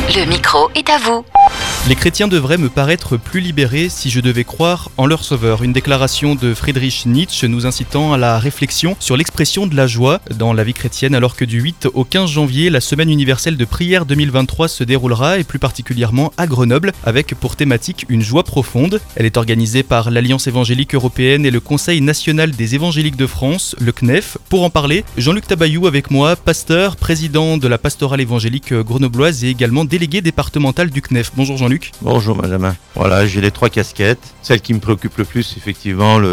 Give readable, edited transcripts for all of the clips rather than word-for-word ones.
Le micro est à vous. Les chrétiens devraient me paraître plus libérés si je devais croire en leur sauveur. Une déclaration de Friedrich Nietzsche nous incitant à la réflexion sur l'expression de la joie dans la vie chrétienne, alors que du 8 au 15 janvier, la semaine universelle de prière 2023 se déroulera, et plus particulièrement à Grenoble, avec pour thématique une joie profonde. Elle est organisée par l'Alliance évangélique européenne et le Conseil national des évangéliques de France, le CNEF. Pour en parler, Jean-Luc Tabayou avec moi, pasteur, président de la pastorale évangélique grenobloise et également délégué départemental du CNEF. Bonjour Jean-Luc. Bonjour Benjamin. Voilà, j'ai les trois casquettes. Celle qui me préoccupe le plus, effectivement, au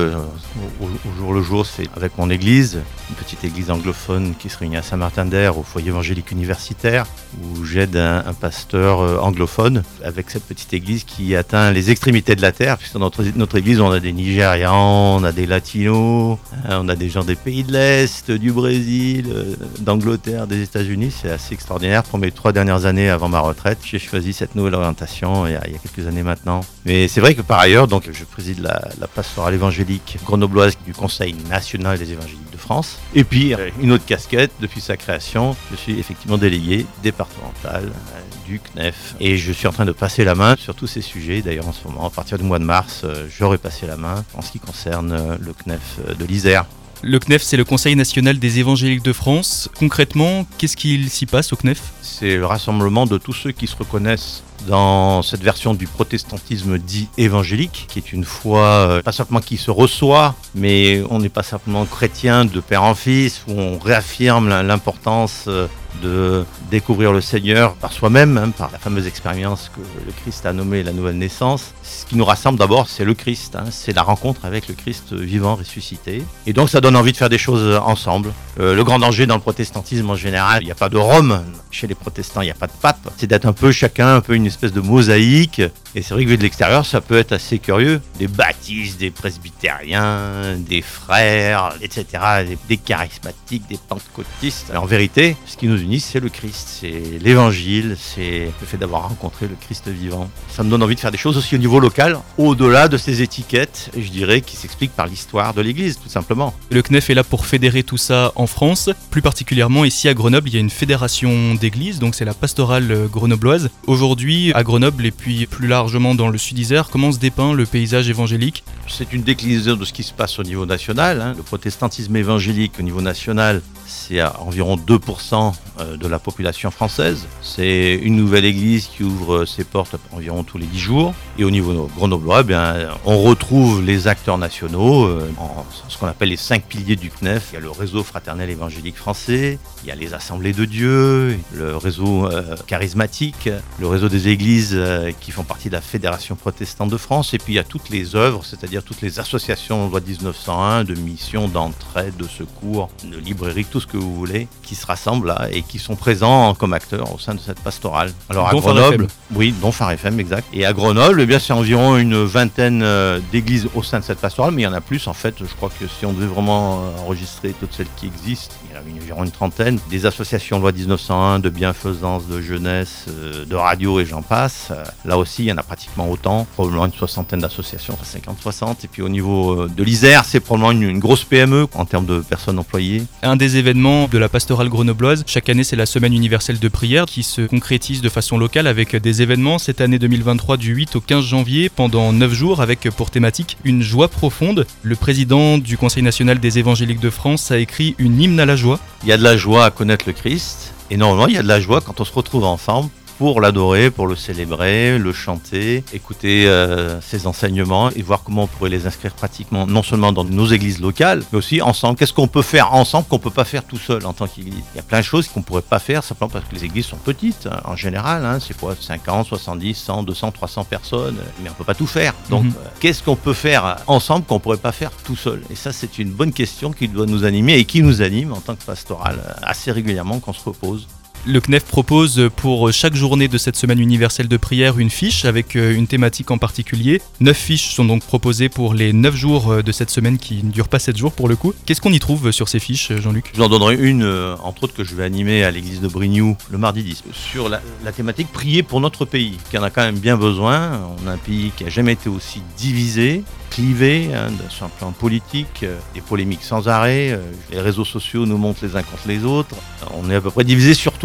jour le jour, c'est avec mon église, une petite église anglophone qui se réunit à Saint-Martin-d'Air, au foyer évangélique universitaire, où j'aide un pasteur anglophone avec cette petite église qui atteint les extrémités de la terre, puisque dans notre église, on a des Nigérians, on a des Latinos, on a des gens des pays de l'Est, du Brésil, d'Angleterre, des États-Unis. C'est assez extraordinaire. Pour mes 3 dernières années avant ma retraite, j'ai choisi cette nouvelle orientation il y a quelques années maintenant. Mais c'est vrai que par ailleurs, donc, je préside la pastorale évangélique grenobloise du Conseil national des évangéliques de France. Et puis, une autre casquette, depuis sa création, je suis effectivement délégué départemental du CNEF. Et je suis en train de passer la main sur tous ces sujets. D'ailleurs, en ce moment, à partir du mois de mars, j'aurai passé la main en ce qui concerne le CNEF de l'Isère. Le CNEF, c'est le Conseil national des évangéliques de France. Concrètement, qu'est-ce qu'il s'y passe au CNEF ? C'est le rassemblement de tous ceux qui se reconnaissent dans cette version du protestantisme dit évangélique, qui est une foi, pas simplement qui se reçoit, mais on n'est pas simplement chrétien de père en fils, où on réaffirme l'importance de découvrir le Seigneur par soi-même, par la fameuse expérience que le Christ a nommée la nouvelle naissance. Ce qui nous rassemble d'abord, c'est le Christ, c'est la rencontre avec le Christ vivant, ressuscité. Et donc ça donne envie de faire des choses ensemble. Le grand danger dans le protestantisme en général, il n'y a pas de Rome. Chez les protestants, il n'y a pas de pape. C'est d'être un peu chacun, un peu une espèce de mosaïque. Et c'est vrai que vu de l'extérieur, ça peut être assez curieux. Des baptistes, des presbytériens, des frères, etc. Des charismatiques, des pentecôtistes. Alors en vérité, ce qui nous unit, c'est le Christ, c'est l'évangile, c'est le fait d'avoir rencontré le Christ vivant. Ça me donne envie de faire des choses aussi au niveau local, au-delà de ces étiquettes, je dirais, qui s'expliquent par l'histoire de l'Église, tout simplement. Le CNEF est là pour fédérer tout ça en France. Plus particulièrement, ici à Grenoble, il y a une fédération d'églises, donc c'est la pastorale grenobloise. Aujourd'hui, à Grenoble et puis plus largement dans le Sud-Isère, comment se dépeint le paysage évangélique ? C'est une déclinaison de ce qui se passe au niveau national. Le protestantisme évangélique au niveau national, c'est à environ 2% de la population française. C'est une nouvelle église qui ouvre ses portes environ tous les 10 jours. Et au niveau grenoblois, on retrouve les acteurs nationaux en ce qu'on appelle les 5 piliers du CNEF. Il y a le réseau fraternel évangélique français, il y a les assemblées de Dieu, le réseau charismatique, le réseau des églises qui font partie de la Fédération protestante de France. Et puis il y a toutes les œuvres, c'est-à-dire toutes les associations loi 1901, de mission, d'entraide, de secours, de librairie, tout ce que vous voulez, qui se rassemblent là et qui sont présents comme acteurs au sein de cette pastorale. Alors à Grenoble, oui, dont Phare FM, exact. Et à Grenoble, c'est environ une vingtaine d'églises au sein de cette pastorale, mais il y en a plus en fait. Je crois que si on devait vraiment enregistrer toutes celles qui existent, il y en a environ une trentaine. Des associations loi 1901, de bienfaisance, de jeunesse, de radio et j'en passe. Là aussi, il y en a pratiquement autant, probablement une soixantaine d'associations, 50-60. Et puis au niveau de l'Isère, c'est probablement une grosse PME en termes de personnes employées. Un des événements de la pastorale grenobloise, chaque année, c'est la semaine universelle de prière qui se concrétise de façon locale avec des événements. Cette année 2023, du 8 au 15 janvier, pendant 9 jours, avec pour thématique une joie profonde. Le président du Conseil national des évangéliques de France a écrit une hymne à la joie. Il y a de la joie à connaître le Christ, et normalement, il y a de la joie quand on se retrouve ensemble pour l'adorer, pour le célébrer, le chanter, écouter ses enseignements et voir comment on pourrait les inscrire pratiquement, non seulement dans nos églises locales, mais aussi ensemble. Qu'est-ce qu'on peut faire ensemble qu'on ne peut pas faire tout seul en tant qu'église ? Il y a plein de choses qu'on ne pourrait pas faire simplement parce que les églises sont petites, en général. C'est quoi, 50, 70, 100, 200, 300 personnes, mais on ne peut pas tout faire. Donc, qu'est-ce qu'on peut faire ensemble qu'on ne pourrait pas faire tout seul ? Et ça, c'est une bonne question qui doit nous animer et qui nous anime en tant que pastorale assez régulièrement quand on se repose. Le CNEF propose pour chaque journée de cette semaine universelle de prière une fiche avec une thématique en particulier. 9 fiches sont donc proposées pour les 9 jours de cette semaine qui ne durent pas 7 jours pour le coup. Qu'est-ce qu'on y trouve sur ces fiches, Jean-Luc ? Je vous en donnerai une, entre autres, que je vais animer à l'église de Brignoux le mardi 10, sur la thématique prier pour notre pays, qui en a quand même bien besoin. On a un pays qui n'a jamais été aussi divisé, clivé, sur un plan politique, des polémiques sans arrêt. Les réseaux sociaux nous montrent les uns contre les autres. On est à peu près divisés sur tout.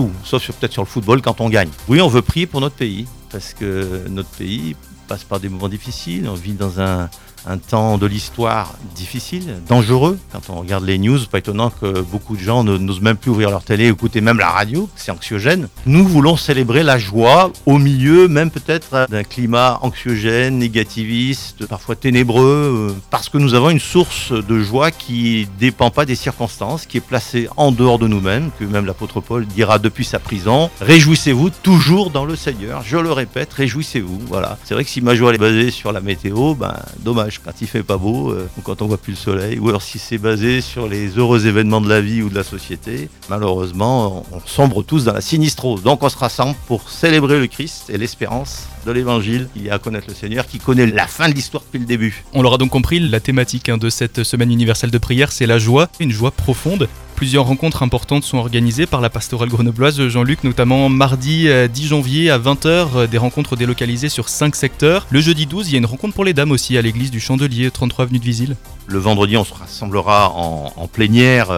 beaucoup, sauf peut-être sur le football quand on gagne. Oui, on veut prier pour notre pays, parce que notre pays passe par des moments difficiles, on vit dans un temps de l'histoire difficile, dangereux. Quand on regarde les news, pas étonnant que beaucoup de gens n'osent même plus ouvrir leur télé, écouter même la radio, c'est anxiogène. Nous voulons célébrer la joie au milieu même peut-être d'un climat anxiogène, négativiste, parfois ténébreux, parce que nous avons une source de joie qui dépend pas des circonstances, qui est placée en dehors de nous-mêmes, que même l'apôtre Paul dira depuis sa prison, réjouissez-vous toujours dans le Seigneur. Je le répète, réjouissez-vous. Voilà. C'est vrai que si ma joie est basée sur la météo, dommage. Quand il fait pas beau, ou quand on voit plus le soleil, ou alors si c'est basé sur les heureux événements de la vie ou de la société, malheureusement, on sombre tous dans la sinistrose. Donc on se rassemble pour célébrer le Christ et l'espérance de l'évangile. Il y a à connaître le Seigneur qui connaît la fin de l'histoire depuis le début. On l'aura donc compris, la thématique de cette semaine universelle de prière, c'est la joie, une joie profonde. Plusieurs rencontres importantes sont organisées par la pastorale grenobloise, Jean-Luc, notamment mardi 10 janvier à 20h, des rencontres délocalisées sur 5 secteurs. Le jeudi 12, il y a une rencontre pour les dames aussi à l'église du Chandelier, 33 avenue de Visil. Le vendredi, on se rassemblera en plénière,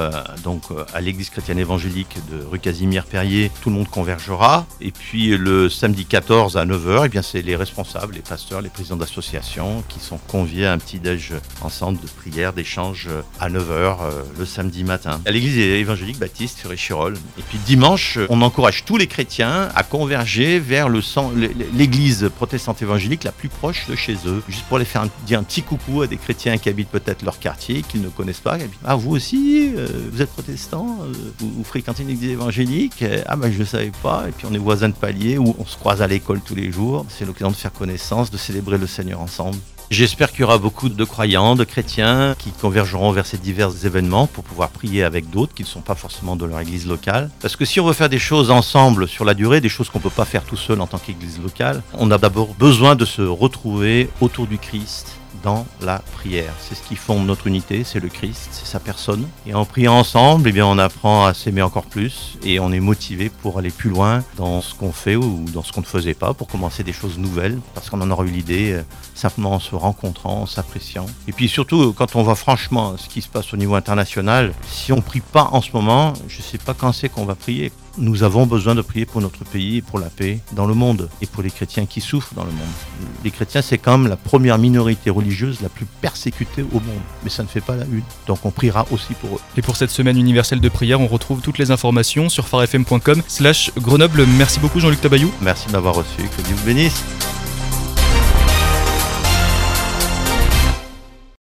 à l'église chrétienne évangélique de rue Casimir-Perrier. Tout le monde convergera. Et puis le samedi 14 à 9h, c'est les responsables, les pasteurs, les présidents d'associations qui sont conviés à un petit déj ensemble de prière, d'échange à 9h le samedi matin. À l'église évangélique baptiste sur Échirolles. Et puis dimanche, on encourage tous les chrétiens à converger vers l'église protestante évangélique la plus proche de chez eux, juste pour les faire dire un petit coucou à des chrétiens qui habitent peut-être leur quartier, qu'ils ne connaissent pas. Ah, vous aussi, vous êtes protestant, vous fréquentez une église évangélique? Je ne savais pas. Et puis on est voisins de palier, ou on se croise à l'école tous les jours. C'est l'occasion de faire connaissance, de célébrer le Seigneur ensemble. J'espère qu'il y aura beaucoup de croyants, de chrétiens qui convergeront vers ces divers événements pour pouvoir prier avec d'autres qui ne sont pas forcément de leur église locale. Parce que si on veut faire des choses ensemble sur la durée, des choses qu'on ne peut pas faire tout seul en tant qu'église locale, on a d'abord besoin de se retrouver autour du Christ dans la prière. C'est ce qui fonde notre unité, c'est le Christ, c'est sa personne. Et en priant ensemble, on apprend à s'aimer encore plus et on est motivé pour aller plus loin dans ce qu'on fait ou dans ce qu'on ne faisait pas, pour commencer des choses nouvelles, parce qu'on en aura eu l'idée simplement en se rencontrant, en s'appréciant. Et puis surtout, quand on voit franchement ce qui se passe au niveau international, si on ne prie pas en ce moment, je ne sais pas quand c'est qu'on va prier. Nous avons besoin de prier pour notre pays et pour la paix dans le monde et pour les chrétiens qui souffrent dans le monde. Les chrétiens, c'est quand même la première minorité religieuse la plus persécutée au monde, mais ça ne fait pas la une. Donc on priera aussi pour eux. Et pour cette semaine universelle de prière, on retrouve toutes les informations sur farfm.com/Grenoble. Merci beaucoup Jean-Luc Tabayou. Merci de m'avoir reçu, que Dieu vous bénisse.